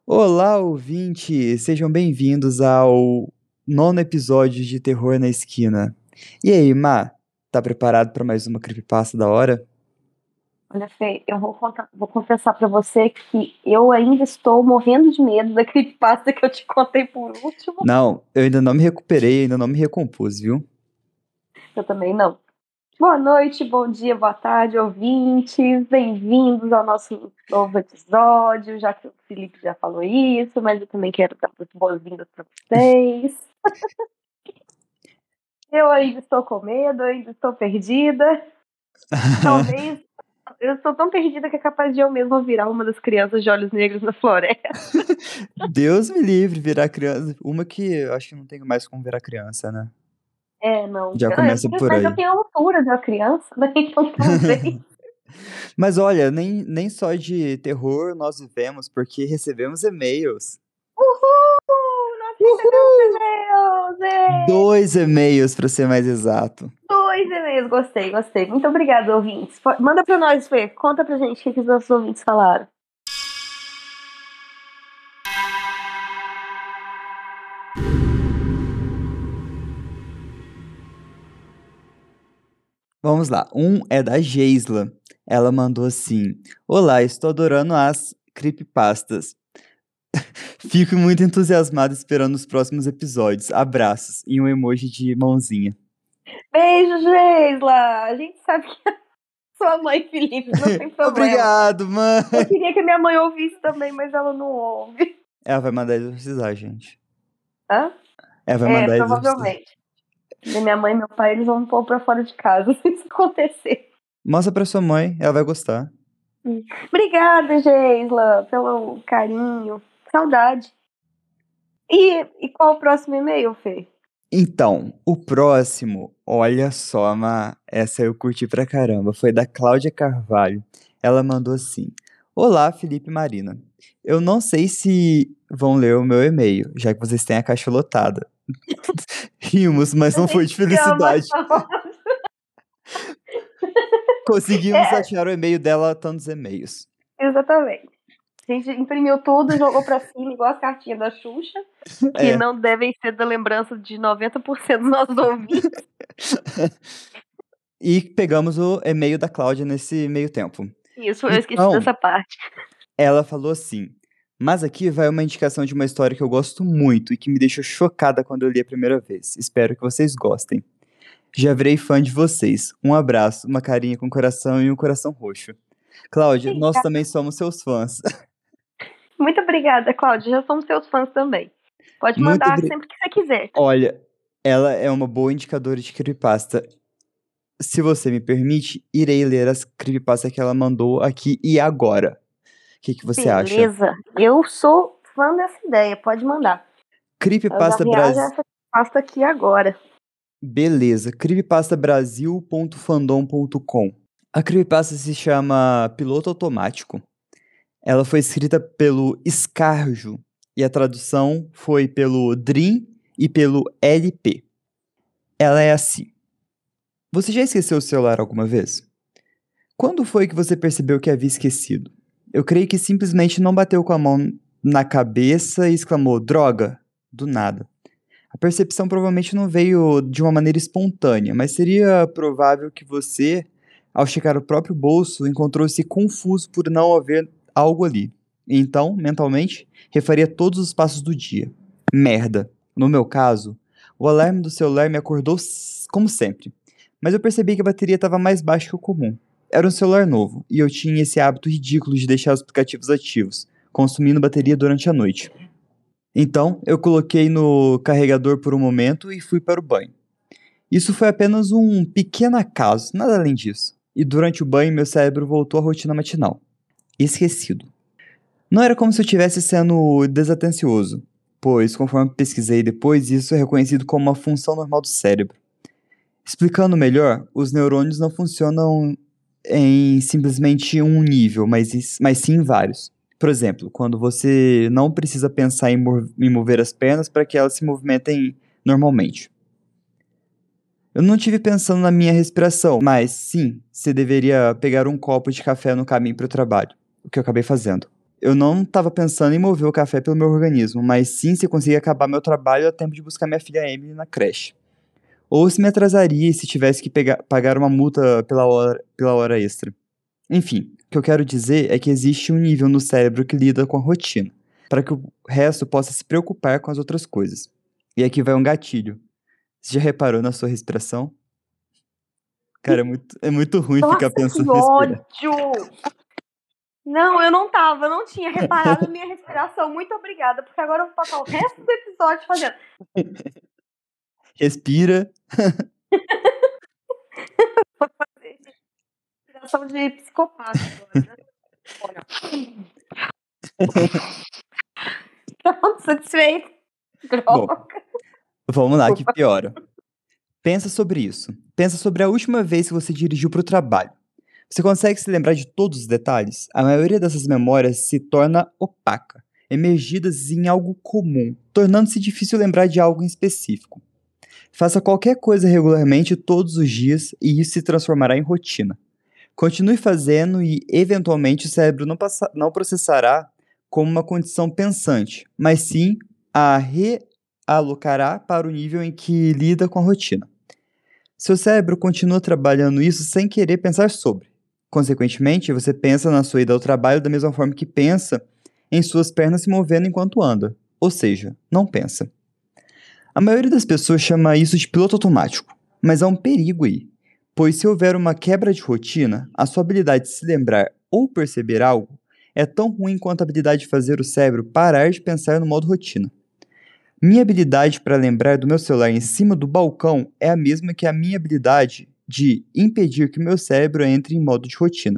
Olá, ouvintes! Sejam bem-vindos ao nono episódio de Terror na Esquina. E aí, Má, tá preparado para mais uma creepypasta da hora? Olha, Fê, eu vou confessar pra você que eu ainda estou morrendo de medo da creepypasta que eu te contei por último. Não, eu ainda não me recuperei, ainda não me recompus, viu? Eu também não. Boa noite, bom dia, boa tarde, ouvintes. Bem-vindos ao nosso novo episódio, já que o Felipe já falou isso, mas eu também quero dar as boas-vindas para vocês. Eu ainda estou com medo, ainda estou perdida. Talvez eu estou tão perdida que é capaz de eu mesma virar uma das crianças de olhos negros na floresta. Deus me livre virar criança. Uma que eu acho que não tenho mais como virar criança, né? É, não. Já começa por Mas eu aí. tenho a altura de uma criança, né? Então talvez. Mas olha, nem só de terror nós vivemos, porque recebemos e-mails. Uhul! Nós recebemos Uhul! e-mails! Ê! 2 e-mails, para ser mais exato. 2 e-mails, gostei. Muito obrigada, ouvintes. Manda pra nós, Fê. Conta pra gente o que os nossos ouvintes falaram. Vamos lá. Um é da Geisla. Ela mandou assim: Olá, estou adorando as creepypastas. Fico muito entusiasmado esperando os próximos episódios. Abraços. E um emoji de mãozinha. Beijo, Geisla! A gente sabe que é sua mãe, Felipe, não tem problema. Obrigado, mãe. Eu queria que a minha mãe ouvisse também, mas ela não ouve. Ela vai mandar exorcizar, gente. Hã? Ela vai É, mandar exorcizar. provavelmente. Minha mãe e meu pai, eles vão me pôr pra fora de casa se isso acontecer. Mostra pra sua mãe, ela vai gostar. Obrigada, Geisla, pelo carinho. Saudade. E qual o próximo e-mail, Fê? Então, o próximo, olha só, essa eu curti pra caramba, foi da Cláudia Carvalho. Ela mandou assim: Olá, Felipe e Marina. Eu não sei se vão ler o meu e-mail, já que vocês têm a caixa lotada. Rimos, mas A não foi gente de te ama. felicidade. Conseguimos É, achar o e-mail dela tantos e-mails. exatamente. A gente imprimiu tudo, jogou pra cima, igual as cartinhas da Xuxa, que É. não devem ser da lembrança de 90% dos nossos ouvintes. E pegamos o e-mail da Cláudia nesse meio tempo. Isso, eu esqueci Então, dessa parte. ela falou assim: Mas aqui vai uma indicação de uma história que eu gosto muito e que me deixou chocada quando eu li a primeira vez. Espero que vocês gostem. Já virei fã de vocês. Um abraço, uma carinha com coração e um coração roxo. Cláudia, nós também somos seus fãs. Muito obrigada, Cláudia. Já somos seus fãs também. Pode Muito mandar obrigado. sempre que você quiser. Olha, ela é uma boa indicadora de creepypasta. Se você me permite, irei ler as creepypastas que ela mandou aqui e agora. O que você acha? Beleza. Eu sou fã dessa ideia. Pode mandar. Eu já Creepypasta reajo a Brasil. essa pasta aqui agora. Beleza, creepypastabrasil.fandom.com. A creepypasta se chama Piloto Automático. Ela foi escrita pelo Scarjo e a tradução foi pelo Dream e pelo LP. Ela é assim: Você já esqueceu o celular alguma vez? Quando foi que você percebeu que havia esquecido? Eu creio que simplesmente não bateu com a mão na cabeça e exclamou: droga! Do nada. A percepção provavelmente não veio de uma maneira espontânea, mas seria provável que você, ao checar o próprio bolso, encontrou-se confuso por não haver algo ali. E então, mentalmente, refaria todos os passos do dia. Merda. No meu caso, o alarme do celular me acordou como sempre, mas eu percebi que a bateria estava mais baixa que o comum. Era um celular novo, e eu tinha esse hábito ridículo de deixar os aplicativos ativos, consumindo bateria durante a noite. Então, eu coloquei no carregador por um momento e fui para o banho. Isso foi apenas um pequeno acaso, nada além disso. E durante o banho, meu cérebro voltou à rotina matinal. Esquecido. Não era como se eu estivesse sendo desatencioso, pois, conforme pesquisei depois, isso é reconhecido como uma função normal do cérebro. Explicando melhor, os neurônios não funcionam em simplesmente um nível, mas sim em vários. Por exemplo, quando você não precisa pensar em mover as pernas para que elas se movimentem normalmente. Eu não tive pensando na minha respiração, mas sim, você deveria pegar um copo de café no caminho para o trabalho, o que eu acabei fazendo. eu não estava pensando em mover o café pelo meu organismo, mas sim se conseguir acabar meu trabalho a tempo de buscar minha filha Emily na creche. Ou se me atrasaria e se tivesse que pagar uma multa pela hora extra. Enfim, o que eu quero dizer é que existe um nível no cérebro que lida com a rotina, para que o resto possa se preocupar com as outras coisas. E aqui vai um gatilho. Você já reparou na sua respiração? Cara, é muito ruim ficar Nossa, que pensando em respirar. ódio! Não, eu não tinha reparado na minha respiração. Muito obrigada, porque agora eu vou passar o resto do episódio fazendo. Respira. Vou fazer respiração de psicopata agora, né? Olha. Pronto, satisfeito. Bom, Droga. vamos lá, que piora. Pensa sobre isso. Pensa sobre a última vez que você dirigiu para o trabalho. Você consegue se lembrar de todos os detalhes? A maioria dessas memórias se torna opaca, emergidas em algo comum, tornando-se difícil lembrar de algo em específico. Faça qualquer coisa regularmente todos os dias e isso se transformará em rotina. Continue fazendo e, eventualmente, o cérebro não processará como uma condição pensante, mas sim a realocará para o nível em que lida com a rotina. Seu cérebro continua trabalhando isso sem querer pensar sobre. Consequentemente, você pensa na sua ida ao trabalho da mesma forma que pensa em suas pernas se movendo enquanto anda. Ou seja, não pensa. A maioria das pessoas chama isso de piloto automático, mas há um perigo aí. Pois se houver uma quebra de rotina, a sua habilidade de se lembrar ou perceber algo é tão ruim quanto a habilidade de fazer o cérebro parar de pensar no modo rotina. Minha habilidade para lembrar do meu celular em cima do balcão é a mesma que a minha habilidade de impedir que meu cérebro entre em modo de rotina,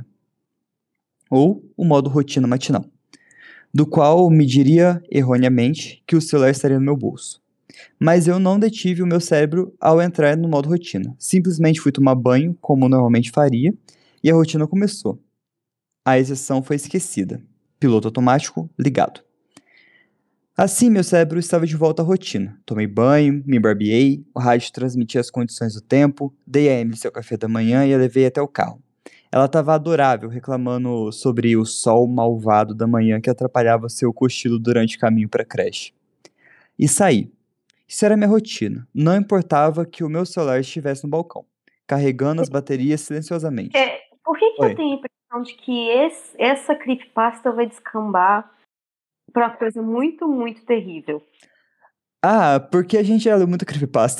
ou o modo rotina matinal, do qual me diria erroneamente que o celular estaria no meu bolso. Mas eu não detive o meu cérebro ao entrar no modo rotina. Simplesmente fui tomar banho, como normalmente faria, e a rotina começou. A exceção foi esquecida. Piloto automático ligado. Assim, meu cérebro estava de volta à rotina. Tomei banho, me barbeei, o rádio transmitia as condições do tempo, dei a Emily seu café da manhã e a levei até o carro. Ela estava adorável, reclamando sobre o sol malvado da manhã que atrapalhava seu cochilo durante o caminho para a creche. E saí. Isso era minha rotina. Não importava que o meu celular estivesse no balcão, carregando as baterias silenciosamente. Por que eu Oi. tenho a impressão de que essa creepypasta vai descambar pra uma coisa muito, muito terrível? Ah, porque a gente já leu muito creepypasta.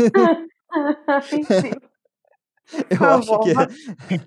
Enfim, por Eu acho que favor.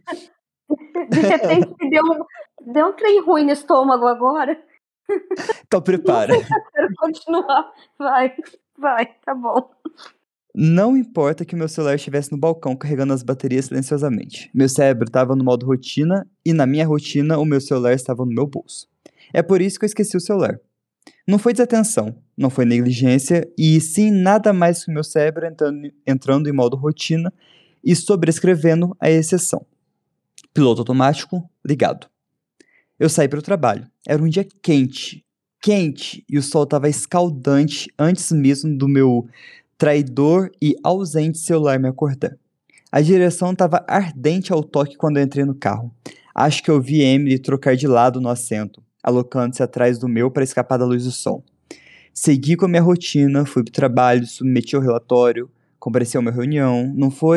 De repente deu um trem ruim no estômago agora. Então Não prepara. sei se eu quero continuar. Vai, tá bom. Não importa que o meu celular estivesse no balcão carregando as baterias silenciosamente. Meu cérebro estava no modo rotina e na minha rotina o meu celular estava no meu bolso. É por isso que eu esqueci o celular. Não foi desatenção, não foi negligência e sim nada mais que o meu cérebro entrando em modo rotina e sobrescrevendo a exceção. Piloto automático ligado. Eu saí para o trabalho. Era um dia quente, quente, e o sol estava escaldante antes mesmo do meu traidor e ausente celular me acordar. A direção estava ardente ao toque quando eu entrei no carro. Acho que eu vi Emily trocar de lado no assento, alocando-se atrás do meu para escapar da luz do sol. Segui com a minha rotina, fui para o trabalho, submeti ao relatório, compareci a uma reunião.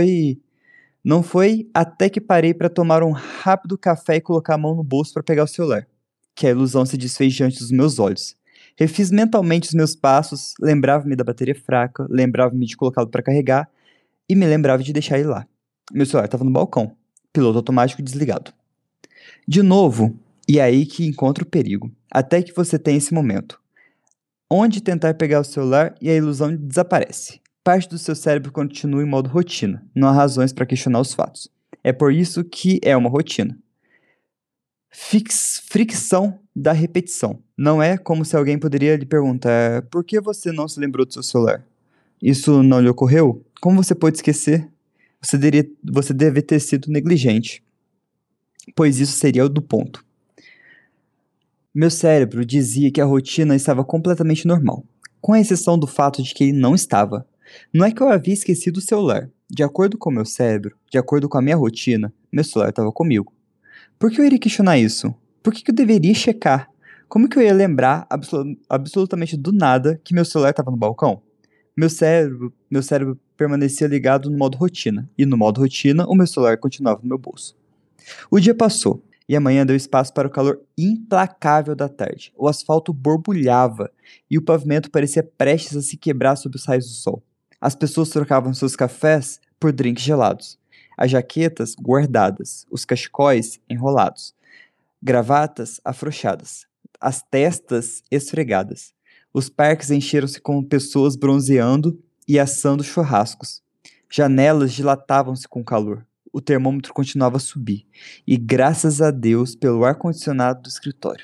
Não foi até que parei para tomar um rápido café e colocar a mão no bolso para pegar o celular, que a ilusão se desfez diante dos meus olhos. Refiz mentalmente os meus passos, lembrava-me da bateria fraca, lembrava-me de colocá-lo para carregar e me lembrava de deixar ele lá. Meu celular estava no balcão, piloto automático desligado. De novo, e é aí que encontra o perigo, até que você tem esse momento, onde tentar pegar o celular e a ilusão desaparece. Parte do seu cérebro continua em modo rotina, não há razões para questionar os fatos. É por isso que é uma rotina. Fricção da repetição. Não é como se alguém poderia lhe perguntar por que você não se lembrou do seu celular. Isso não lhe ocorreu? Como você pode esquecer? Você deve ter sido negligente, pois isso seria o do ponto. Meu cérebro dizia que a rotina estava completamente normal, com exceção do fato de que ele não estava. Não é que eu havia esquecido o celular. De acordo com meu cérebro, de acordo com a minha rotina, meu celular estava comigo. Por que eu iria questionar isso? Por que eu deveria checar? Como que eu ia lembrar absolutamente do nada que meu celular estava no balcão? Meu cérebro permanecia ligado no modo rotina, e no modo rotina, o meu celular continuava no meu bolso. O dia passou, e amanhã deu espaço para o calor implacável da tarde. O asfalto borbulhava, e o pavimento parecia prestes a se quebrar sob os raios do sol. As pessoas trocavam seus cafés por drinks gelados, as jaquetas guardadas, os cachecóis enrolados, gravatas afrouxadas, as testas esfregadas. Os parques encheram-se com pessoas bronzeando e assando churrascos. Janelas dilatavam-se com calor. O termômetro continuava a subir, e graças a Deus pelo ar-condicionado do escritório.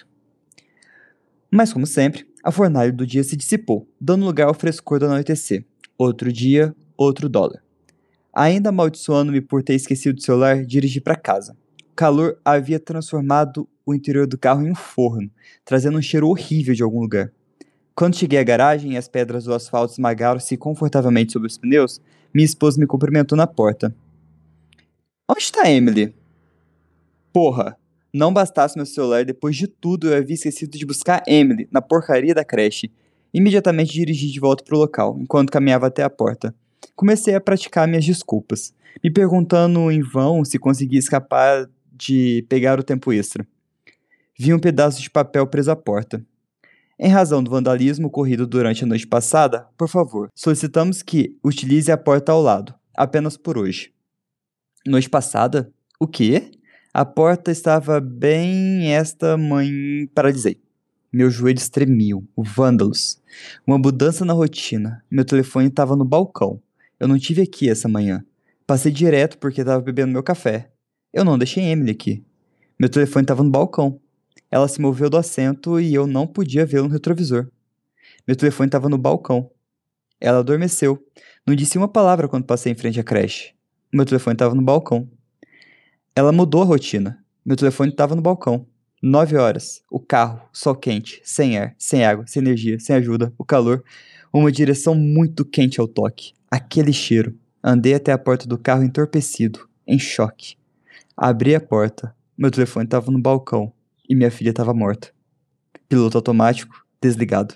Mas, como sempre, a fornalha do dia se dissipou, dando lugar ao frescor do anoitecer. Outro dia, outro dólar. Ainda amaldiçoando-me por ter esquecido o celular, dirigi para casa. O calor havia transformado o interior do carro em um forno, trazendo um cheiro horrível de algum lugar. Quando cheguei à garagem e as pedras do asfalto esmagaram-se confortavelmente sobre os pneus, minha esposa me cumprimentou na porta. Onde está Emily? Porra, não bastasse meu celular, depois de tudo eu havia esquecido de buscar Emily na porcaria da creche. Imediatamente dirigi de volta para o local, enquanto caminhava até a porta. Comecei a praticar minhas desculpas, me perguntando em vão se conseguia escapar de pegar o tempo extra. Vi um pedaço de papel preso à porta. Em razão do vandalismo ocorrido durante a noite passada, por favor, solicitamos que utilize a porta ao lado, apenas por hoje. Noite passada? O quê? A porta estava bem esta mãe paralisei. Meus joelhos tremiam. Vândalos. Uma mudança na rotina. Meu telefone estava no balcão. Eu não tive aqui essa manhã. Passei direto porque estava bebendo meu café. Eu não deixei Emily aqui. Meu telefone estava no balcão. Ela se moveu do assento e eu não podia vê-lo no retrovisor. Meu telefone estava no balcão. Ela adormeceu. Não disse uma palavra quando passei em frente à creche. Meu telefone estava no balcão. Ela mudou a rotina. Meu telefone estava no balcão. 9 horas. O carro, sol quente, sem ar, sem água, sem energia, sem ajuda, o calor. Uma direção muito quente ao toque. Aquele cheiro. Andei até a porta do carro entorpecido, em choque. Abri a porta. Meu telefone estava no balcão. E minha filha estava morta. Piloto automático, desligado.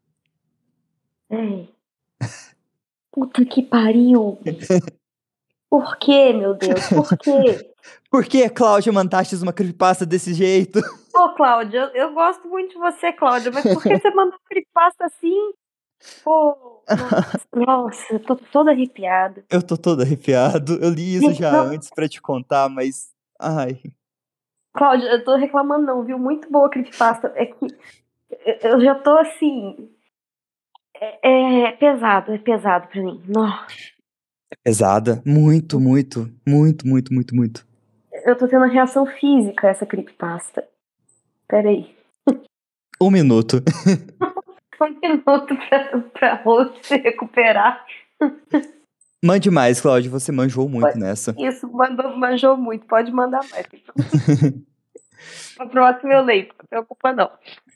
Ei. Puta que pariu. Por quê, meu Deus? Por quê? Por que, Cláudia, mandaste uma creepypasta desse jeito? Pô, Cláudia, eu gosto muito de você, Cláudia, mas por que você mandou creepypasta assim? Pô, nossa, eu tô toda arrepiada. Eu tô todo arrepiado. Eu li isso já Não, antes pra te contar, mas... Ai... Cláudia, eu tô reclamando não, viu? Muito boa a creepypasta. É que eu já tô assim... É pesado pra mim. Nossa, Pesada. Muito, muito. Muito, muito, muito, muito. eu tô tendo reação física a essa creepypasta. Pera aí. 1 minuto. Um minuto pra host se recuperar. Mande mais, Cláudio. Você manjou muito nessa. Isso, manjou muito. Pode mandar mais. Pra próxima eu leio, não se preocupa não.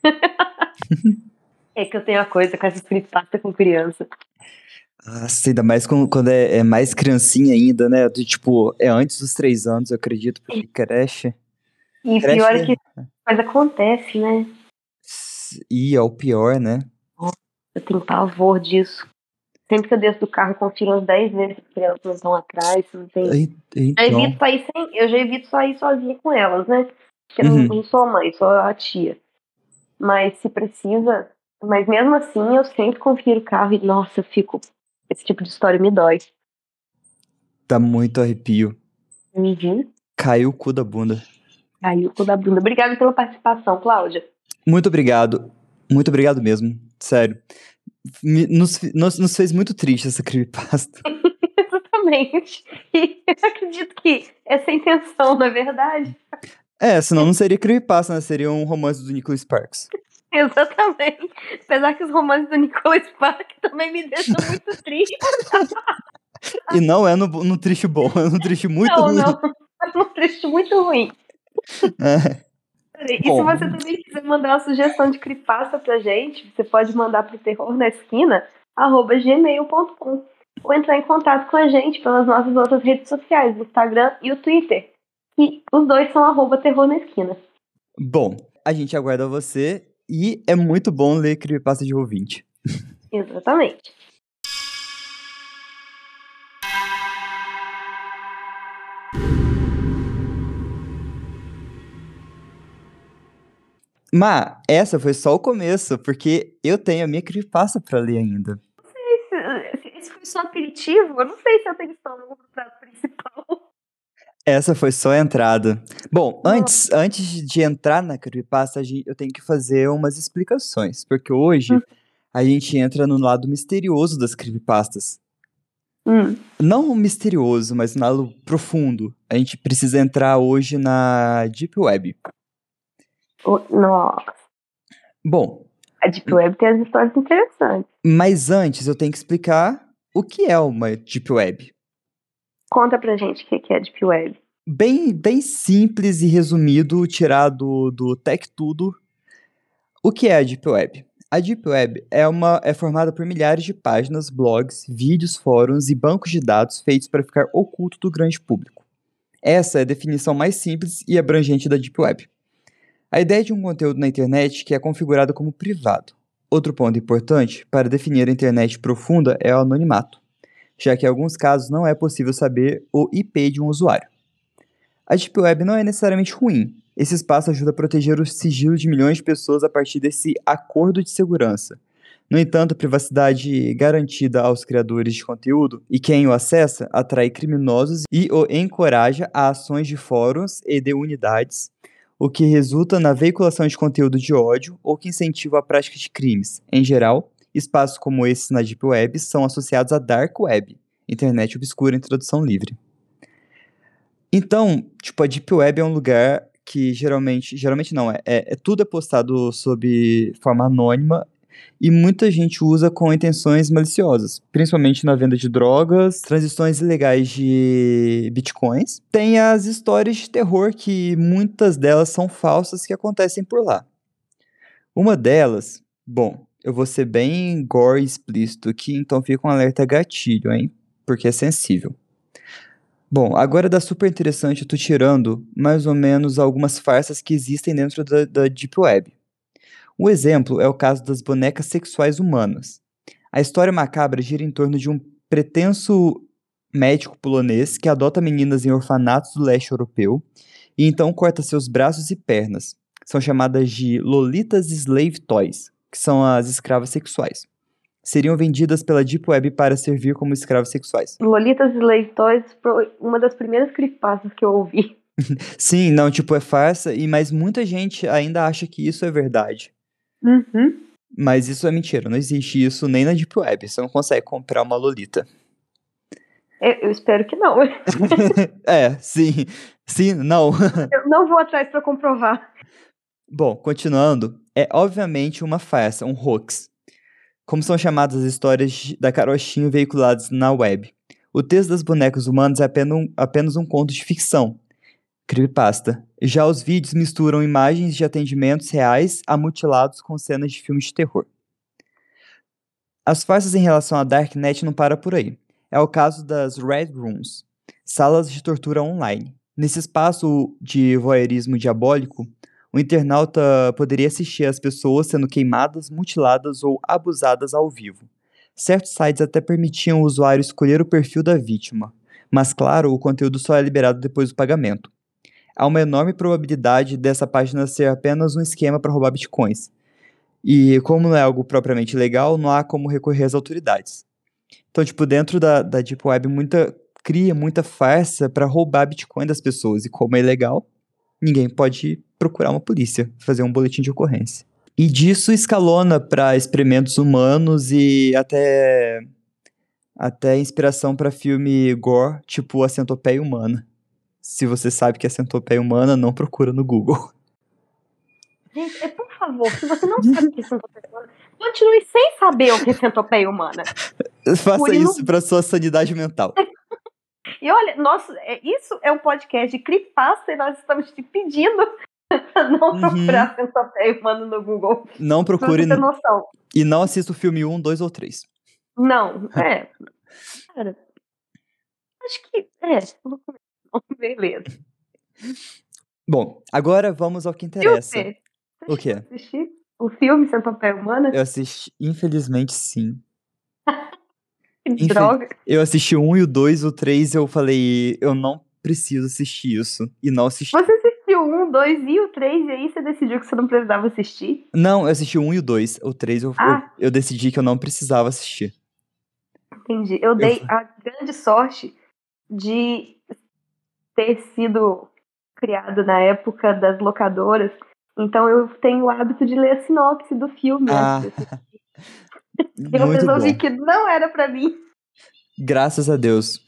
É que eu tenho a coisa com essa creepypasta com criança. Nossa, ainda mais quando é mais criancinha ainda, né? Tipo, é antes dos 3 anos, eu acredito, porque creche... E pior é que coisa acontece, né? E é o pior, né? Eu tenho pavor disso. Sempre que eu desço do carro, eu confiro umas 10 vezes que as crianças estão atrás. Não tem... Então... Eu já evito sair sozinha com elas, né? Porque eu não sou a mãe, sou a tia. Mas se precisa... Mas mesmo assim, eu sempre confiro o carro e, nossa, eu fico... Esse tipo de história me dói. Dá muito arrepio. Uhum. Caiu o cu da bunda. Caiu o cu da bunda. Obrigada pela participação, Cláudia. Muito obrigado. Muito obrigado mesmo. Sério. Nos fez muito triste essa creepypasta. Exatamente. E eu acredito que essa é a intenção, na verdade. Senão não seria creepypasta, né? Seria um romance do Nicholas Sparks. Exatamente. Apesar que os romances do Nicholas Sparks também me deixam muito triste. E não é no triste bom, é no triste muito ruim. Não. É um triste muito ruim. E se você também quiser mandar uma sugestão de creepypasta pra gente, você pode mandar pro terrornaesquina@gmail.com ou entrar em contato com a gente pelas nossas outras redes sociais, o Instagram e o Twitter. E os dois são @terrornaesquina. Bom, a gente aguarda você E é muito bom ler creepypasta de ouvinte. Exatamente. Mas essa foi só o começo, porque eu tenho a minha creepypasta pra ler ainda. Esse foi só aperitivo? Eu não sei se eu tenho estômago pro prato principal. Essa foi só a entrada. Bom, Nossa. antes de entrar na creepypasta, eu tenho que fazer umas explicações, porque hoje a gente entra no lado misterioso das creepypastas. Não misterioso, mas no lado profundo. A gente precisa entrar hoje na Deep Web. Nossa. Bom, A Deep Web tem as histórias interessantes. mas antes eu tenho que explicar o que é uma Deep Web. Conta pra gente o que é a Deep Web. Bem simples e resumido, tirado do Tech Tudo. O que é a Deep Web? A Deep Web é formada por milhares de páginas, blogs, vídeos, fóruns e bancos de dados feitos para ficar oculto do grande público. Essa é a definição mais simples e abrangente da Deep Web. A ideia de um conteúdo na internet que é configurado como privado. Outro ponto importante para definir a internet profunda é o anonimato, já que em alguns casos não é possível saber o IP de um usuário. A Deep Web não é necessariamente ruim. Esse espaço ajuda a proteger o sigilo de milhões de pessoas a partir desse acordo de segurança. No entanto, a privacidade garantida aos criadores de conteúdo e quem o acessa atrai criminosos e o encoraja a ações de fóruns e de unidades, o que resulta na veiculação de conteúdo de ódio ou que incentiva a prática de crimes. Em geral, espaços como esses na Deep Web são associados à Dark Web, internet obscura em tradução livre. Então, tipo, a Deep Web é um lugar que geralmente não, tudo é postado sob forma anônima e muita gente usa com intenções maliciosas, principalmente na venda de drogas, transições ilegais de bitcoins. Tem as histórias de terror que muitas delas são falsas que acontecem por lá. Uma delas, bom, eu vou ser bem gore e explícito aqui, então fica um alerta gatilho, hein? Porque é sensível. Bom, agora dá super interessante, eu tô tirando mais ou menos algumas farsas que existem dentro da Deep Web. Um exemplo é o caso das bonecas sexuais humanas. A história macabra gira em torno de um pretenso médico polonês que adota meninas em orfanatos do leste europeu e então corta seus braços e pernas. São chamadas de Lolitas Slave Toys, que são as escravas sexuais. Seriam vendidas pela Deep Web para servir como escravos sexuais. Lolitas Slave Toys foi uma das primeiras creepypastas que eu ouvi. Sim, não, tipo, é farsa, mas muita gente ainda acha que isso é verdade. Mas isso é mentira, não existe isso nem na Deep Web, você não consegue comprar uma Lolita. Eu espero que não. Sim, não. Eu não vou atrás pra comprovar. Bom, continuando, é obviamente uma farsa, um hoax. Como são chamadas as histórias da carochinha veiculadas na web. O texto das bonecas humanas é apenas um conto de ficção, creepypasta. Já os vídeos misturam imagens de atendimentos reais a mutilados com cenas de filmes de terror. As farsas em relação à Darknet não param por aí. É o caso das Red Rooms, salas de tortura online. Nesse espaço de voyeurismo diabólico, o internauta poderia assistir às pessoas sendo queimadas, mutiladas ou abusadas ao vivo. Certos sites até permitiam o usuário escolher o perfil da vítima, mas claro, o conteúdo só é liberado depois do pagamento. Há uma enorme probabilidade dessa página ser apenas um esquema para roubar bitcoins. E como não é algo propriamente legal, não há como recorrer às autoridades. Então, tipo, dentro da Deep Web, cria muita farsa para roubar Bitcoin das pessoas. E como é ilegal, ninguém pode procurar uma polícia, fazer um boletim de ocorrência. E disso escalona para experimentos humanos e até inspiração para filme gore, tipo A Centopeia Humana. Se você sabe que é Centopeia Humana, não procura no Google. Gente, por favor, se você não sabe o que é centopeia humana, continue sem saber o que é centopeia humana. Faça isso para sua sanidade mental. E olha, isso é um podcast de creepypasta e nós estamos te pedindo pra não procurar centopeia humana no Google. Não procure. Pra você ter noção. E não assista o filme 1, 2 ou 3. Não, cara, acho que beleza. Bom, agora vamos ao que interessa. Você O quê? assistir O filme Centopeia Humana? Eu assisti, infelizmente, sim. Que droga. Eu assisti o 1 e o 2, o 3 eu falei, eu não preciso assistir isso. E não assisti. Você assistiu o 1, 2 e o 3 e aí você decidiu que você não precisava assistir? Não, eu assisti o 1 e o 2. O 3 eu decidi que eu não precisava assistir. Entendi. Eu dei a grande sorte de ter sido criado na época das locadoras. Então eu tenho o hábito de ler a sinopse do filme antes de assistir. Eu Muito resolvi bom. que não era pra mim. Graças a Deus.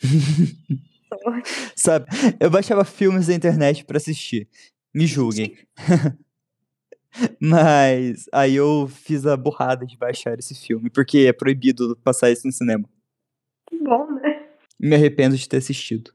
Sabe, eu baixava filmes da internet pra assistir. Me julguem. Mas aí eu fiz a burrada de baixar esse filme, porque é proibido passar isso no cinema. Que bom, né? Me arrependo de ter assistido.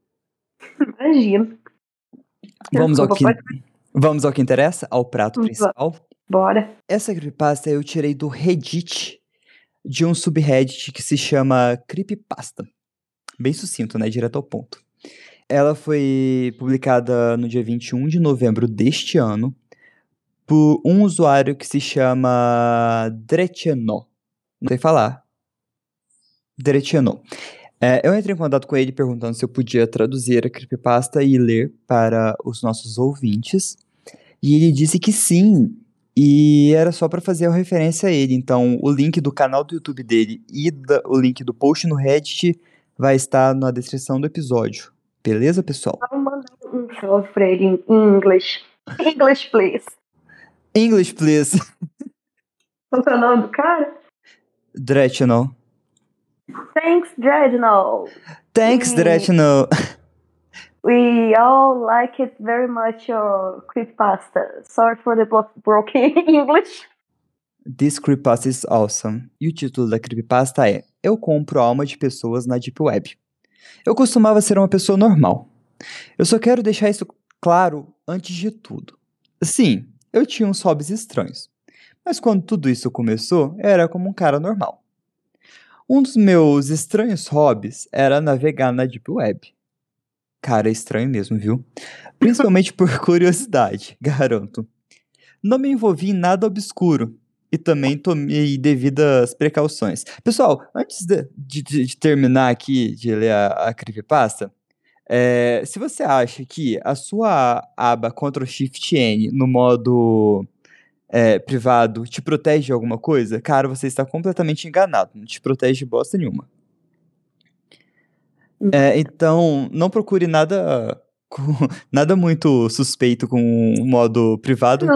Imagino. Vamos ao Desculpa, Vamos ao que interessa, ao prato principal. Bora. Essa creepypasta eu tirei do Reddit, de um subreddit que se chama Creepypasta. Bem sucinto, né? Direto ao ponto. Ela foi publicada no dia 21 de novembro deste ano por um usuário que se chama Dretchenó. Não sei falar. Dretchenó. Eu entrei em contato com ele perguntando se eu podia traduzir a creepypasta e ler para os nossos ouvintes. E ele disse que sim. E era só para fazer uma referência a ele. Então, o link do canal do YouTube dele e o link do post no Reddit vai estar na descrição do episódio. Beleza, pessoal? Vamos mandar um salve pra ele em inglês. English, please. English, please. Qual é o nome do cara? Dretchenó. Thanks, Dreadnought. Thanks, Dretchenó. We all like it very much, your creepypasta. Sorry for the broken English. This creepypasta is awesome. E o título da creepypasta é Eu compro a alma de pessoas na Deep Web. Eu costumava ser uma pessoa normal. Eu só quero deixar isso claro antes de tudo. Sim, eu tinha uns hobbies estranhos. Mas quando tudo isso começou, eu era como um cara normal. Um dos meus estranhos hobbies era navegar na Deep Web. Cara, é estranho mesmo, viu? Principalmente por curiosidade, garanto. Não me envolvi em nada obscuro e também tomei devidas precauções. Pessoal, antes de terminar aqui de ler a creepypasta, se você acha que a sua aba Ctrl+Shift+N no modo privado te protege de alguma coisa, cara, você está completamente enganado. Não te protege de bosta nenhuma. Então, não procure nada muito suspeito com o modo privado.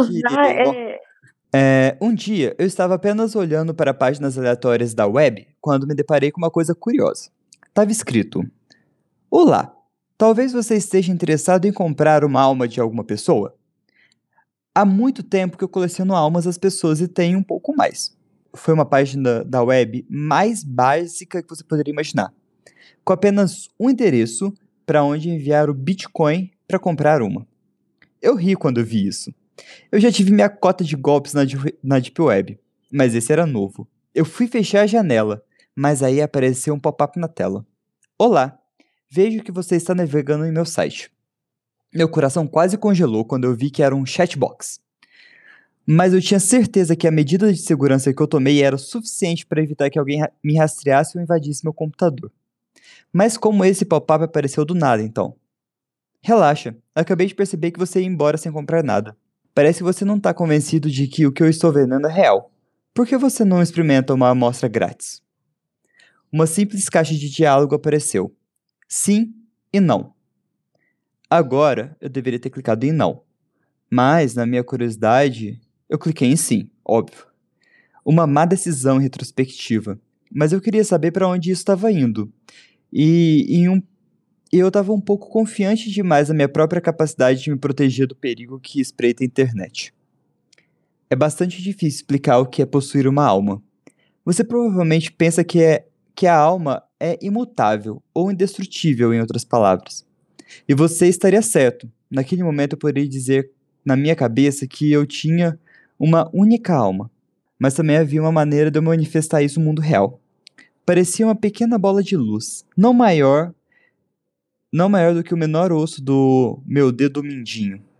Um dia, eu estava apenas olhando para páginas aleatórias da web quando me deparei com uma coisa curiosa. Estava escrito: Olá, talvez você esteja interessado em comprar uma alma de alguma pessoa? Há muito tempo que eu coleciono almas das pessoas e tenho um pouco mais. Foi uma página da web mais básica que você poderia imaginar, com apenas um endereço para onde enviar o Bitcoin para comprar uma. Eu ri quando eu vi isso. Eu já tive minha cota de golpes na Deep Web, mas esse era novo. Eu fui fechar a janela, mas aí apareceu um pop-up na tela. Olá, vejo que você está navegando em meu site. Meu coração quase congelou quando eu vi que era um chatbox. Mas eu tinha certeza que a medida de segurança que eu tomei era o suficiente para evitar que alguém me rastreasse ou invadisse meu computador. Mas como esse pop-up apareceu do nada, então? Relaxa, acabei de perceber que você ia embora sem comprar nada. Parece que você não está convencido de que o que eu estou vendendo é real. Por que você não experimenta uma amostra grátis? Uma simples caixa de diálogo apareceu. Sim e não. Agora, eu deveria ter clicado em não. Mas, na minha curiosidade, eu cliquei em sim, óbvio. Uma má decisão retrospectiva. Mas eu queria saber para onde isso estava indo. E eu estava um pouco confiante demais na minha própria capacidade de me proteger do perigo que espreita a internet. É bastante difícil explicar o que é possuir uma alma. Você provavelmente pensa que a alma é imutável ou indestrutível, em outras palavras. E você estaria certo. Naquele momento eu poderia dizer na minha cabeça que eu tinha uma única alma. Mas também havia uma maneira de eu manifestar isso no mundo real. Parecia uma pequena bola de luz, não maior do que o menor osso do meu dedo mindinho.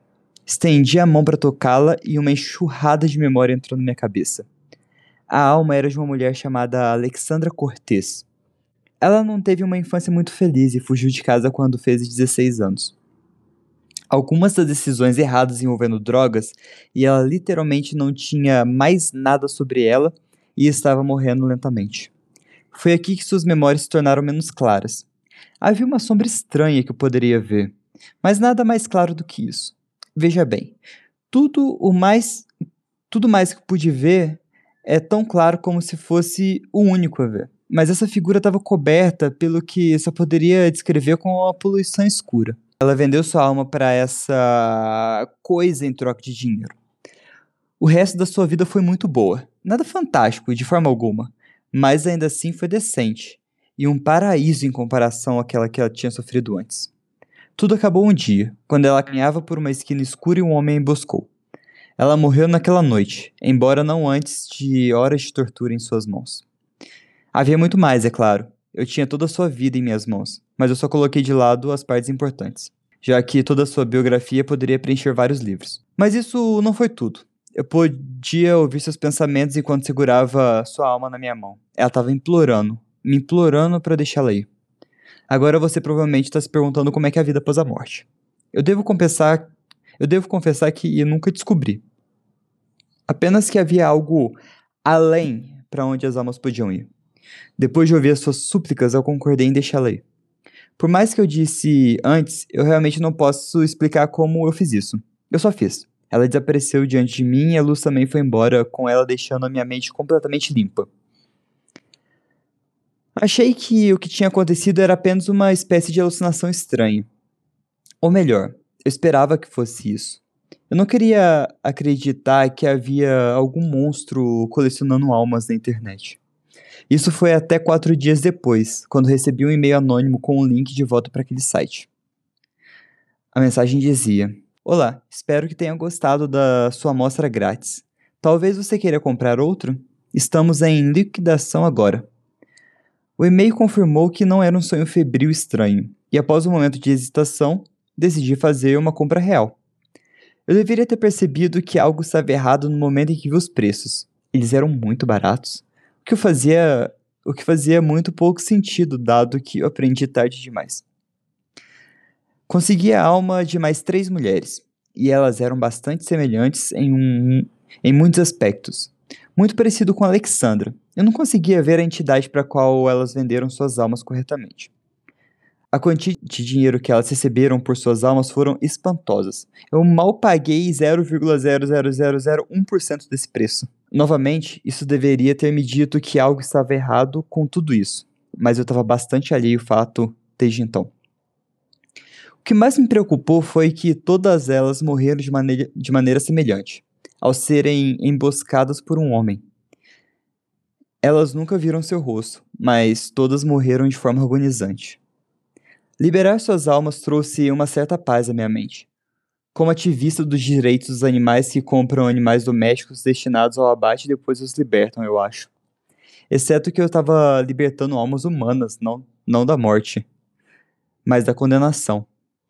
Estendi a mão para tocá-la e uma enxurrada de memória entrou na minha cabeça. A alma era de uma mulher chamada Alexandra Cortez. Ela não teve uma infância muito feliz e fugiu de casa quando fez 16 anos. Algumas das decisões erradas envolvendo drogas, e ela literalmente não tinha mais nada sobre ela e estava morrendo lentamente. Foi aqui que suas memórias se tornaram menos claras. Havia uma sombra estranha que eu poderia ver, mas nada mais claro do que isso. Veja bem, tudo mais que pude ver é tão claro como se fosse o único a ver. Mas essa figura estava coberta pelo que só poderia descrever com a poluição escura. Ela vendeu sua alma para essa coisa em troca de dinheiro. O resto da sua vida foi muito boa. Nada fantástico, de forma alguma. Mas ainda assim foi decente. E um paraíso em comparação àquela que ela tinha sofrido antes. Tudo acabou um dia, quando ela caminhava por uma esquina escura e um homem a emboscou. Ela morreu naquela noite, embora não antes de horas de tortura em suas mãos. Havia muito mais, é claro. Eu tinha toda a sua vida em minhas mãos, mas eu só coloquei de lado as partes importantes, já que toda a sua biografia poderia preencher vários livros. Mas isso não foi tudo. Eu podia ouvir seus pensamentos enquanto segurava sua alma na minha mão. Ela estava me implorando para deixá-la ir. Agora você provavelmente está se perguntando como é que é a vida após a morte. Eu devo confessar que eu nunca descobri. Apenas que havia algo além para onde as almas podiam ir. Depois de ouvir as suas súplicas, eu concordei em deixá-la ir. Por mais que eu disse antes, eu realmente não posso explicar como eu fiz isso. Eu só fiz. Ela desapareceu diante de mim e a luz também foi embora, com ela deixando a minha mente completamente limpa. Achei que o que tinha acontecido era apenas uma espécie de alucinação estranha. Ou melhor, eu esperava que fosse isso. Eu não queria acreditar que havia algum monstro colecionando almas na internet. Isso foi até 4 dias depois, quando recebi um e-mail anônimo com um link de volta para aquele site. A mensagem dizia: Olá, espero que tenha gostado da sua amostra grátis. Talvez você queira comprar outro? Estamos em liquidação agora. O e-mail confirmou que não era um sonho febril estranho, e após um momento de hesitação, decidi fazer uma compra real. Eu deveria ter percebido que algo estava errado no momento em que vi os preços. Eles eram muito baratos, o que fazia muito pouco sentido, dado que eu aprendi tarde demais. Consegui a alma de mais 3 mulheres, e elas eram bastante semelhantes em muitos aspectos. Muito parecido com Alexandra. Eu não conseguia ver a entidade para a qual elas venderam suas almas corretamente. A quantia de dinheiro que elas receberam por suas almas foram espantosas. Eu mal paguei 0,00001% desse preço. Novamente, isso deveria ter me dito que algo estava errado com tudo isso, mas eu estava bastante alheio ao fato desde então. O que mais me preocupou foi que todas elas morreram de maneira semelhante, ao serem emboscadas por um homem. Elas nunca viram seu rosto, mas todas morreram de forma agonizante. Liberar suas almas trouxe uma certa paz à minha mente. Como ativista dos direitos dos animais que compram animais domésticos destinados ao abate e depois os libertam, eu acho. Exceto que eu estava libertando almas humanas, não da morte, mas da condenação.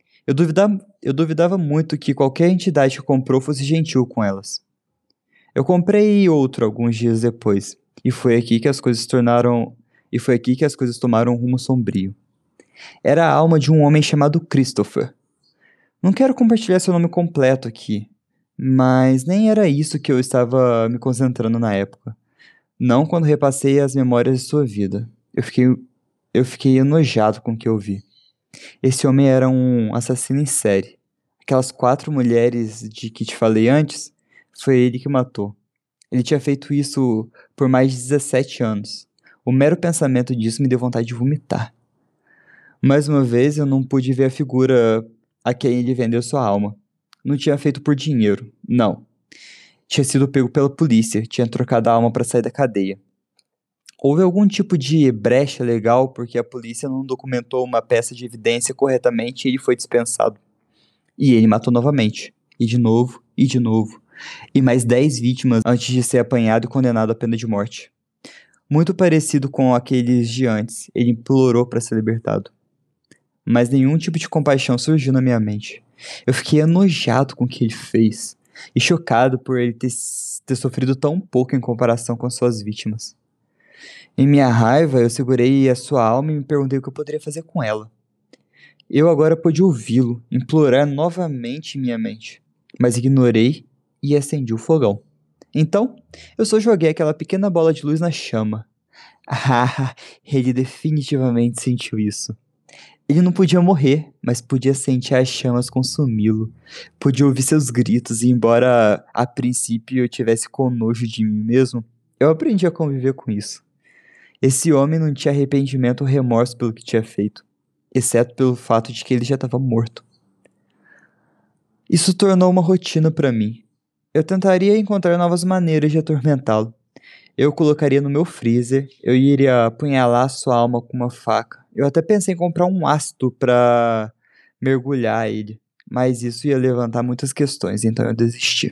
Eu duvidava muito que qualquer entidade que comprou fosse gentil com elas. Eu comprei outro alguns dias depois, e foi aqui que as coisas tomaram um rumo sombrio. Era a alma de um homem chamado Christopher. Não quero compartilhar seu nome completo aqui, mas nem era isso que eu estava me concentrando na época. Não quando repassei as memórias de sua vida. Eu fiquei enojado com o que eu vi. Esse homem era um assassino em série. Aquelas 4 mulheres de que te falei antes, foi ele que matou. Ele tinha feito isso por mais de 17 anos. O mero pensamento disso me deu vontade de vomitar. Mais uma vez, eu não pude ver a figura a quem ele vendeu sua alma. Não tinha feito por dinheiro, não. Tinha sido pego pela polícia, tinha trocado a alma para sair da cadeia. Houve algum tipo de brecha legal porque a polícia não documentou uma peça de evidência corretamente e ele foi dispensado. E ele matou novamente. E de novo, e de novo. E mais 10 vítimas antes de ser apanhado e condenado à pena de morte. Muito parecido com aqueles de antes, ele implorou para ser libertado. Mas nenhum tipo de compaixão surgiu na minha mente. Eu fiquei enojado com o que ele fez e chocado por ele ter sofrido tão pouco em comparação com suas vítimas. Em minha raiva, eu segurei a sua alma e me perguntei o que eu poderia fazer com ela. Eu agora pude ouvi-lo, implorar novamente em minha mente, mas ignorei e acendi o fogão. Então, eu só joguei aquela pequena bola de luz na chama. Ah, ele definitivamente sentiu isso. Ele não podia morrer, mas podia sentir as chamas consumi-lo. Podia ouvir seus gritos e, embora a princípio eu tivesse com nojo de mim mesmo, eu aprendi a conviver com isso. Esse homem não tinha arrependimento ou remorso pelo que tinha feito, exceto pelo fato de que ele já estava morto. Isso tornou uma rotina para mim. Eu tentaria encontrar novas maneiras de atormentá-lo. Eu o colocaria no meu freezer, eu iria apunhalar sua alma com uma faca. Eu até pensei em comprar um ácido para mergulhar ele, mas isso ia levantar muitas questões, então eu desisti.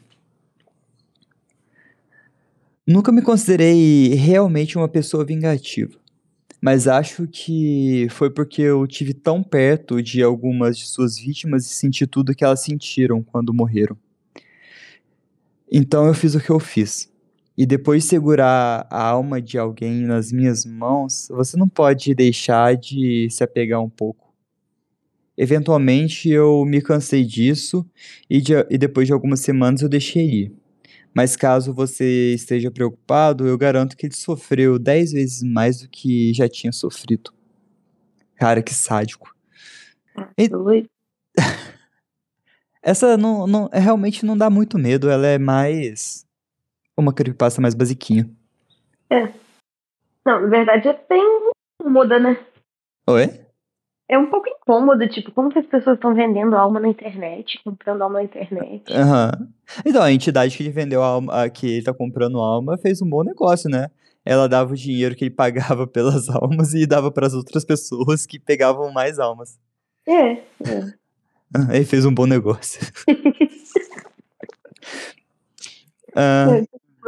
Nunca me considerei realmente uma pessoa vingativa, mas acho que foi porque eu tive tão perto de algumas de suas vítimas e senti tudo que elas sentiram quando morreram. Então eu fiz o que eu fiz. E depois de segurar a alma de alguém nas minhas mãos, você não pode deixar de se apegar um pouco. Eventualmente eu me cansei disso e depois de algumas semanas eu deixei ir. Mas caso você esteja preocupado, eu garanto que ele sofreu 10 vezes mais do que já tinha sofrido. Cara, que sádico. E Doido. essa realmente não dá muito medo, ela é mais uma creepypasta mais basiquinha. É. Não, na verdade é bem incômoda, né? Oi? É um pouco incômodo, tipo, como que as pessoas estão vendendo alma na internet, comprando alma na internet. Aham. Então, a entidade que ele vendeu a alma, que ele tá comprando alma, fez um bom negócio, né? Ela dava o dinheiro que ele pagava pelas almas e dava pras outras pessoas que pegavam mais almas. É. Ele fez um bom negócio. Ah,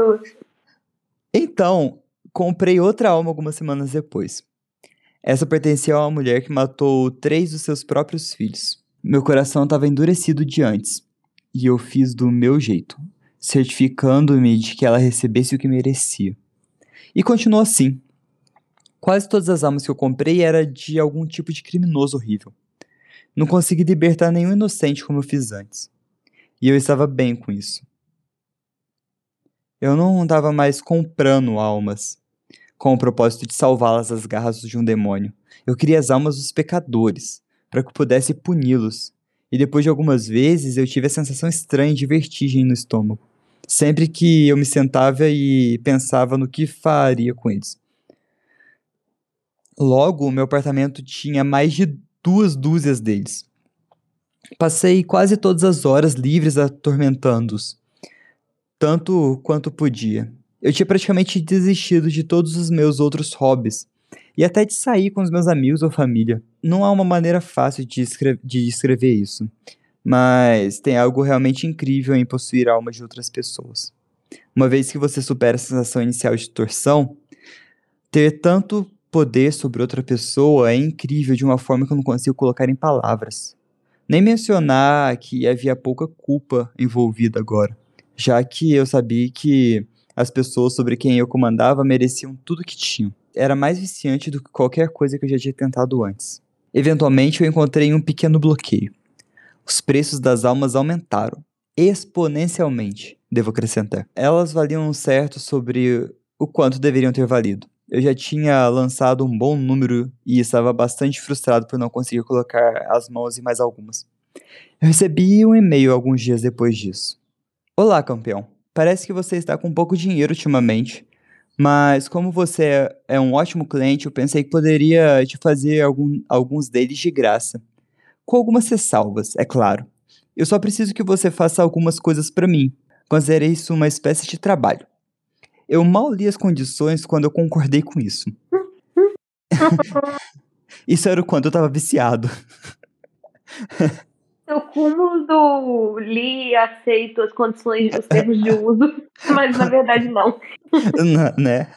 então, comprei outra alma algumas semanas depois. Essa pertencia a uma mulher que matou 3 dos seus próprios filhos. Meu coração estava endurecido de antes, e eu fiz do meu jeito, certificando-me de que ela recebesse o que merecia. E continuou assim. Quase todas as almas que eu comprei era de algum tipo de criminoso horrível. Não consegui libertar nenhum inocente como eu fiz antes. E eu estava bem com isso. Eu não estava mais comprando almas, com o propósito de salvá-las das garras de um demônio. Eu queria as almas dos pecadores, para que eu pudesse puni-los. E depois de algumas vezes eu tive a sensação estranha de vertigem no estômago, sempre que eu me sentava e pensava no que faria com eles. Logo, o meu apartamento tinha mais de 2 dúzias deles. Passei quase todas as horas livres atormentando-os, tanto quanto podia. Eu tinha praticamente desistido de todos os meus outros hobbies, e até de sair com os meus amigos ou família. Não há uma maneira fácil de descrever isso, mas tem algo realmente incrível em possuir a alma de outras pessoas. Uma vez que você supera a sensação inicial de torção, ter tanto poder sobre outra pessoa é incrível de uma forma que eu não consigo colocar em palavras. Nem mencionar que havia pouca culpa envolvida agora, já que eu sabia que as pessoas sobre quem eu comandava mereciam tudo que tinham. Era mais viciante do que qualquer coisa que eu já tinha tentado antes. Eventualmente eu encontrei um pequeno bloqueio. Os preços das almas aumentaram, exponencialmente, devo acrescentar. Elas valiam um certo sobre o quanto deveriam ter valido. Eu já tinha lançado um bom número e estava bastante frustrado por não conseguir colocar as mãos em mais algumas. Eu recebi um e-mail alguns dias depois disso. Olá, campeão. Parece que você está com pouco dinheiro ultimamente, mas como você é um ótimo cliente, eu pensei que poderia te fazer alguns deles de graça. Com algumas ressalvas, é claro. Eu só preciso que você faça algumas coisas para mim. Considere isso uma espécie de trabalho. Eu mal li as condições quando eu concordei com isso. Isso era o quanto eu tava viciado. O cúmulo do li e aceito as condições, os termos de uso, mas na verdade não. Né?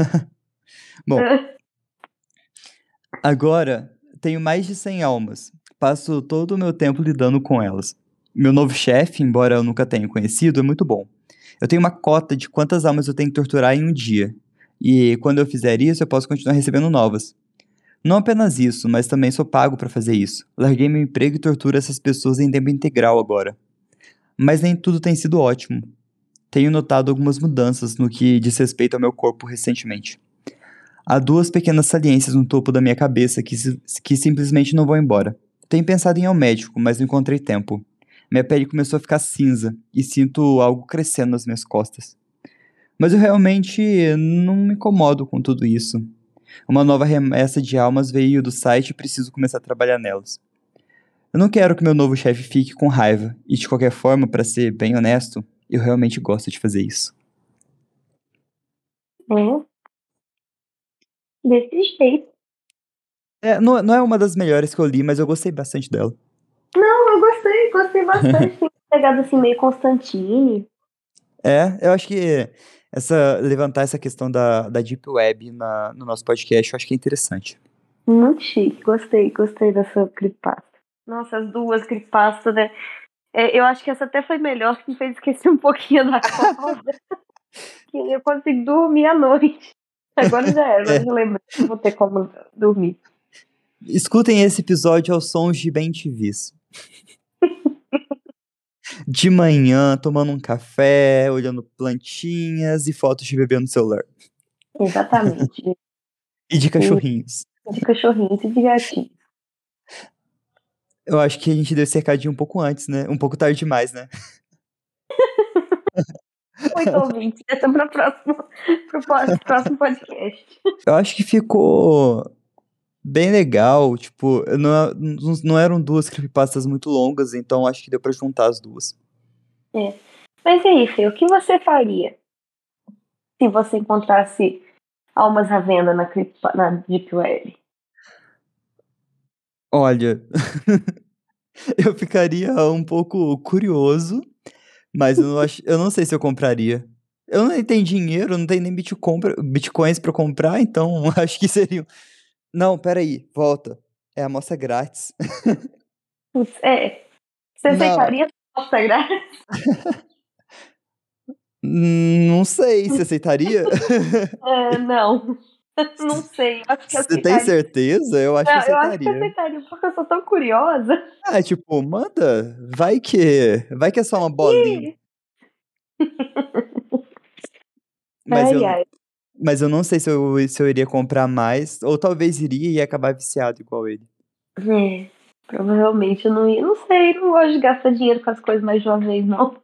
Bom, agora tenho mais de 100 almas. Passo todo o meu tempo lidando com elas. Meu novo chefe, embora eu nunca tenha conhecido, é muito bom. Eu tenho uma cota de quantas almas eu tenho que torturar em um dia. E quando eu fizer isso, eu posso continuar recebendo novas. Não apenas isso, mas também sou pago pra fazer isso. Larguei meu emprego e torturo essas pessoas em tempo integral agora. Mas nem tudo tem sido ótimo. Tenho notado algumas mudanças no que diz respeito ao meu corpo recentemente. Há duas pequenas saliências no topo da minha cabeça que simplesmente não vão embora. Tenho pensado em ir ao médico, mas não encontrei tempo. Minha pele começou a ficar cinza e sinto algo crescendo nas minhas costas. Mas eu realmente não me incomodo com tudo isso. Uma nova remessa de almas veio do site e preciso começar a trabalhar nelas. Eu não quero que meu novo chefe fique com raiva, e de qualquer forma, para ser bem honesto, eu realmente gosto de fazer isso. É, desse jeito. Não é uma das melhores que eu li, mas eu gostei bastante dela. Não, eu gostei bastante. Tem uma pegada assim meio Constantine. Eu acho que levantar essa questão da Deep Web no nosso podcast, eu acho que é interessante. Muito chique. Gostei dessa creepypasta. Nossa, as duas creepypastas, né? Eu acho que essa até foi melhor, que me fez esquecer um pouquinho da cobra. Que eu consigo dormir à noite. Agora já era, agora É. já lembrei que eu vou ter como dormir. Escutem esse episódio aos sons de bem TVs. De manhã, tomando um café, olhando plantinhas e fotos de bebê no celular. Exatamente. E de cachorrinhos. De cachorrinhos e de gatinhos. Eu acho que a gente deu esse recadinho um pouco antes, né? Um pouco tarde demais, né? Muito ouvinte. Deixa para pro próximo podcast. Eu acho que ficou bem legal. Tipo, não eram duas creepypastas muito longas, então acho que deu pra juntar as duas. Mas e aí, Fê, o que você faria se você encontrasse almas à venda na Deep Web? Olha, eu ficaria um pouco curioso, mas eu não sei se eu compraria. Eu não tenho dinheiro, não tenho nem bitcoins pra comprar, então acho que seria. Não, peraí, volta. É amostra grátis. Putz, você Não, aceitaria a amostra grátis? não sei se aceitaria. Não. Não sei. Eu acho que eu Você tem aceitaria. certeza? Eu acho que eu Não, eu acho que eu aceitaria. aceitaria, porque eu sou tão curiosa. Ah, tipo, manda. Vai que é só uma bolinha. Ih, Mas ai, eu, ai. mas eu não sei se eu iria comprar mais, ou talvez iria e ia acabar viciado igual ele. Provavelmente eu não ia. Não sei, não gosto de gastar dinheiro com as coisas mais de uma vez, não.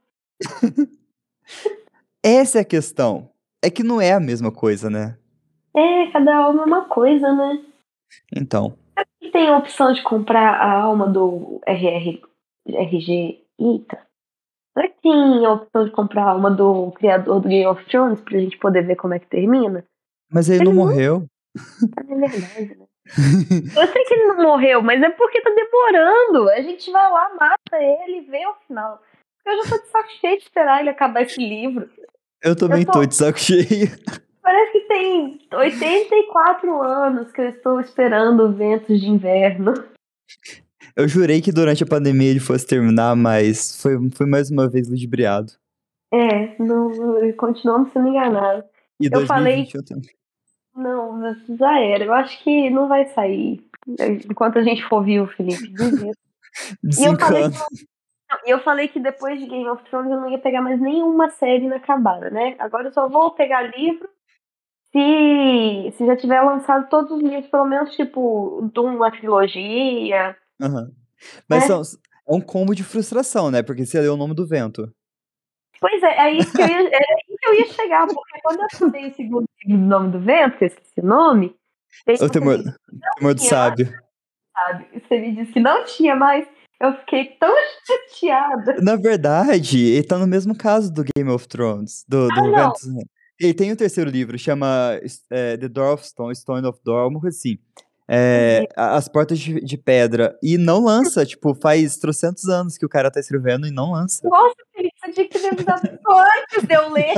Essa é a questão. É que não é a mesma coisa, né? Cada alma é uma coisa, né? Então. E tem a opção de comprar a alma do RG. Eita. Será que tem a opção de comprar a alma do criador do Game of Thrones pra gente poder ver como é que termina? Mas ele não Ele não morreu. tá, é verdade, né? Eu sei que ele não morreu, mas é porque tá demorando. A gente vai lá, mata ele e vê o final. Eu já tô de saco cheio de esperar ele acabar esse livro. Eu também tô de saco cheio. Parece que tem 84 anos que eu estou esperando Ventos de Inverno. Eu jurei que durante a pandemia ele fosse terminar, mas foi mais uma vez ludibriado. Não, continuamos sendo enganados. E Eu falei, 2021 também. não, já era. Eu acho que não vai sair. Enquanto a gente for vivo, Felipe, desista. E Desencana. eu falei que depois de Game of Thrones eu não ia pegar mais nenhuma série inacabada, né? Agora eu só vou pegar livro se já tiver lançado todos os livros, pelo menos tipo uma trilogia, Aham. Mas né? é um combo de frustração, né? Porque você leu O Nome do Vento. Pois é isso que era aí que eu ia chegar, porque quando eu acabei o segundo livro do Nome do Vento, que eu esqueci o nome, daí O você Temor, me disse que Temor não do tinha mais, Sábio. sabe? Você me disse que não tinha mais, eu fiquei tão chateada. Na verdade, ele tá no mesmo caso do Game of Thrones, Ah, do não, Ventos. Ele tem o terceiro livro, chama The Door of Stone, Stone of Door, uma coisa assim. entendi. As Portas de Pedra. E não lança, tipo, faz trocentos anos que o cara tá escrevendo e não lança. Nossa, Felipe, você tinha que ter me avisado isso antes de eu ler.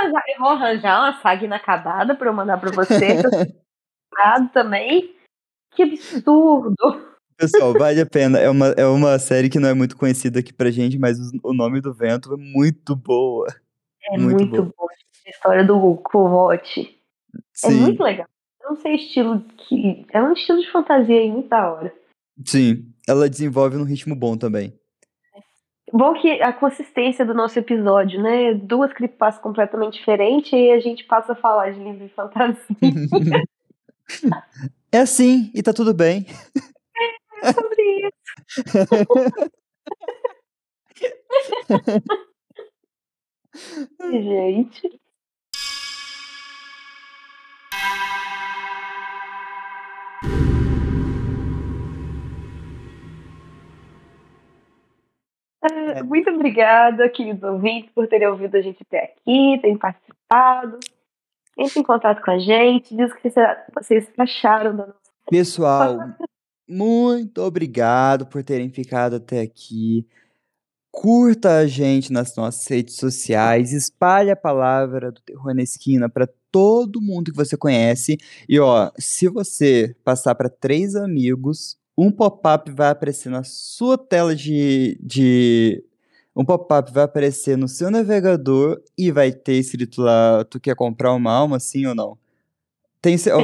Eu vou arranjar uma saga inacabada pra eu mandar pra você, que eu tô também. Que absurdo! Pessoal, vale a pena. É uma série que não é muito conhecida aqui pra gente, mas o nome do vento é muito boa. É Muito muito boa. boa a história do Kovote. É muito Sim, legal. Eu não sei estilo que. É um estilo de fantasia aí muito da hora. sim. Ela desenvolve num ritmo bom também. Bom que a consistência do nosso episódio, né? Duas creepypastas completamente diferentes e a gente passa a falar de livro de fantasia. É assim, e tá tudo bem. É sobre isso, gente. É. Muito obrigada, queridos ouvintes, por terem ouvido a gente até aqui, terem participado. Entre em contato com a gente, diz o que vocês acharam da nossa. Pessoal, muito obrigado por terem ficado até aqui. Curta a gente nas nossas redes sociais, espalhe a palavra do Terror na Esquina para todo mundo que você conhece. E ó, se você passar para 3 amigos, um pop-up vai aparecer na sua tela um pop-up vai aparecer no seu navegador e vai ter escrito lá, tu quer comprar uma alma, sim ou não? Ó,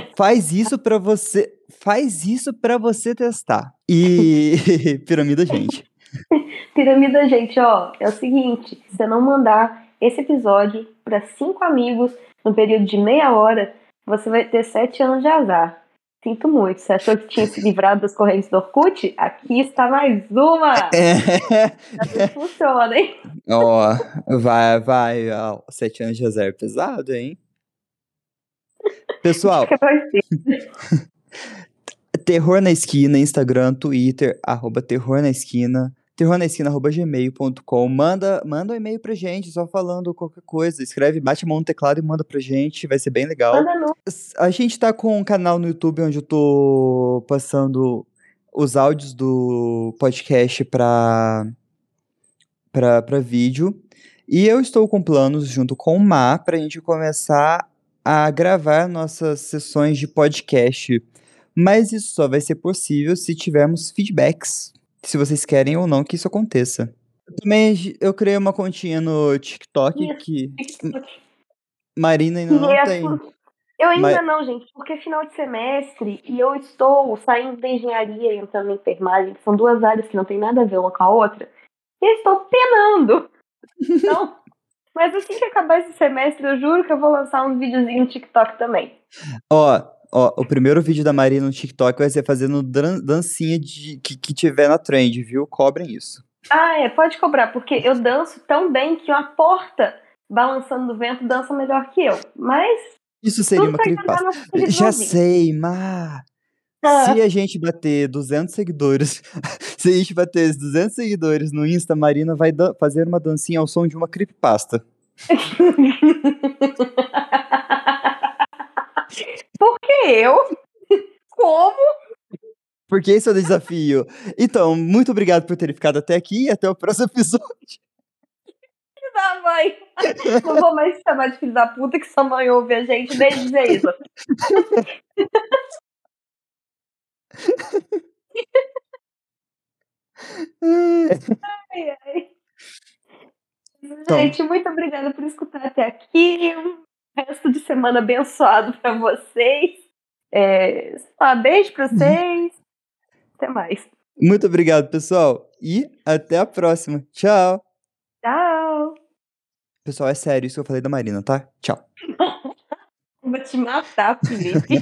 faz isso para você testar. E piramida, gente. Piramida, gente, ó, é o seguinte: se você não mandar esse episódio para 5 amigos no período de meia hora, você vai ter 7 anos de azar. Sinto muito. Você achou que tinha se livrado das correntes do Orkut? Aqui está mais uma! Assim que funciona, hein? Ó, ó, 7 anos de reserva é pesado, hein? Pessoal, Fica pra você. Terror na Esquina, Instagram, Twitter, @Terror na Esquina, terrornaesquina@gmail.com. Manda um e-mail pra gente, só falando qualquer coisa. Escreve, bate a mão no teclado e manda pra gente, vai ser bem legal. Manda no. A gente tá com um canal no YouTube onde eu tô passando os áudios do podcast pra vídeo. E eu estou com planos junto com o Má pra gente começar a gravar nossas sessões de podcast. Mas isso só vai ser possível se tivermos feedbacks, se vocês querem ou não que isso aconteça. Eu criei uma continha no TikTok Isso. que Marina ainda E não tem. eu ainda Mas não, gente, porque é final de semestre e eu estou saindo da engenharia e entrando na enfermagem, que são duas áreas que não tem nada a ver uma com a outra. E eu estou penando. Então, mas assim que acabar esse semestre, eu juro que eu vou lançar um videozinho no TikTok também. ó, o primeiro vídeo da Marina no TikTok vai ser fazendo dancinha que tiver na trend, viu? Cobrem isso. Ah, pode cobrar, porque eu danço tão bem que uma porta balançando no vento dança melhor que eu. Mas Isso seria tudo uma pra enganar creepypasta. nossos queridos Já ouvintes. sei, mas se Ah, a gente bater 200 seguidores, se a gente bater esses 200 seguidores no Insta, Marina vai fazer uma dancinha ao som de uma creepypasta. Por que eu? Como? Porque esse é o desafio. Então, muito obrigado por terem ficado até aqui e até o próximo episódio. Da mãe? Não vou mais chamar de filho da puta que sua mãe ouve a gente. Beijo, Geisa. Ai, ai. Então, Gente, muito obrigada por escutar até aqui. Um resto de semana abençoado pra vocês. Beijo pra vocês. Até mais. muito obrigado, pessoal. E até a próxima. Tchau. Tchau. Pessoal, é sério isso que eu falei da Marina, tá? Tchau. Vou te matar, Felipe.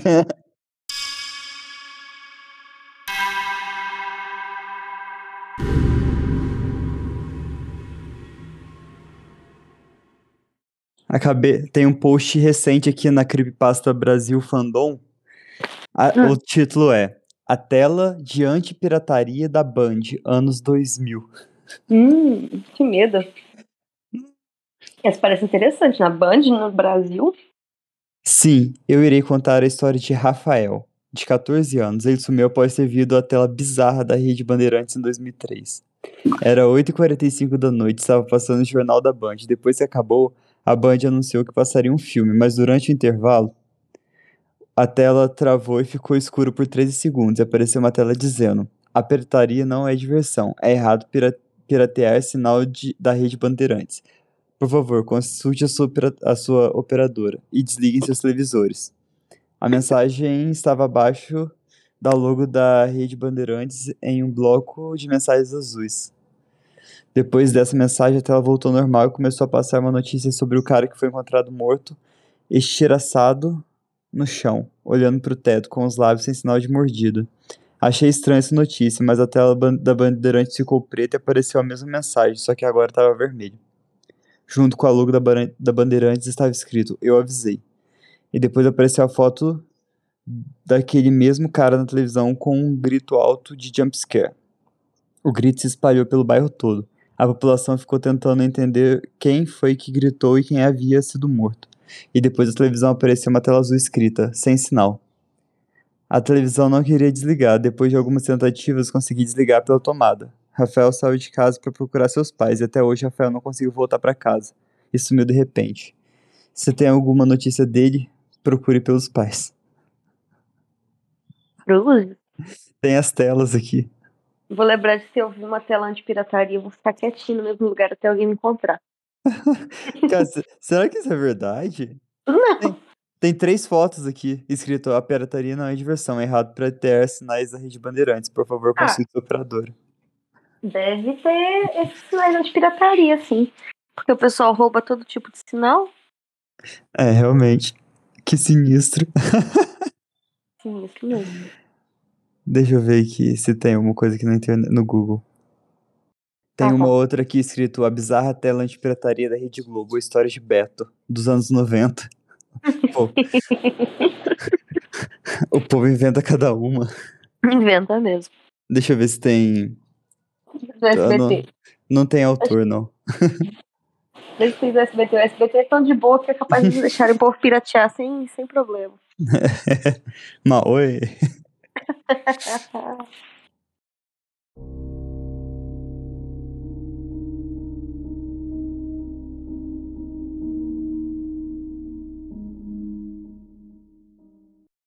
Tem um post recente aqui na Creepypasta Brasil Fandom. O título é A Tela de Antipirataria da Band, anos 2000. Que medo. Essa parece interessante. Na Band, no Brasil. Sim, eu irei contar a história de Rafael, de 14 anos. Ele sumiu após ter visto a tela bizarra da Rede Bandeirantes em 2003. Era 8h45 da noite, estava passando o Jornal da Band. Depois que acabou, a Band anunciou que passaria um filme, mas durante o intervalo, A tela travou e ficou escuro por 13 segundos e apareceu uma tela dizendo: a pirataria não é diversão, é errado piratear sinal da rede Bandeirantes. Por favor, consulte a sua operadora e desliguem seus televisores. A mensagem estava abaixo da logo da rede Bandeirantes em um bloco de mensagens azuis. Depois dessa mensagem, a tela voltou ao normal e começou a passar uma notícia sobre o cara que foi encontrado morto, estilhaçado no chão, olhando para o teto com os lábios sem sinal de mordida. Achei estranha essa notícia, mas a tela da Bandeirantes ficou preta e apareceu a mesma mensagem, só que agora estava vermelho. Junto com a logo da Bandeirantes estava escrito: eu avisei. E depois apareceu a foto daquele mesmo cara na televisão com um grito alto de jumpscare. O grito se espalhou pelo bairro todo. A população ficou tentando entender quem foi que gritou e quem havia sido morto. E depois da televisão apareceu uma tela azul escrita, sem sinal. A televisão não queria desligar. Depois de algumas tentativas, consegui desligar pela tomada. Rafael saiu de casa para procurar seus pais e até hoje Rafael não conseguiu voltar para casa. E sumiu de repente. Se tem alguma notícia dele, procure pelos pais. Cruz? Tem as telas aqui. Vou lembrar de se eu ouvir uma tela anti-pirataria, eu vou ficar quietinho no mesmo lugar até alguém me encontrar. Cara, será que isso é verdade? Não. Tem 3 fotos aqui, escrito: a pirataria não é diversão, é errado piratear sinais da rede Bandeirantes. Por favor, consulte o operador. Deve ter esses sinais anti-pirataria, sim. Porque o pessoal rouba todo tipo de sinal. É, realmente. Que sinistro. Sim, isso mesmo. Deixa eu ver aqui se tem alguma coisa aqui no Google. Tem uma outra aqui escrito: a bizarra tela anti-pirataria da Rede Globo, história de Beto, dos anos 90. Pô, o povo inventa cada uma. Inventa mesmo. Deixa eu ver se tem. Do SBT. Não tem autor, não. Desde que tem do SBT. O SBT é tão de boa que é capaz de deixar o povo piratear sem problema. Mas oi.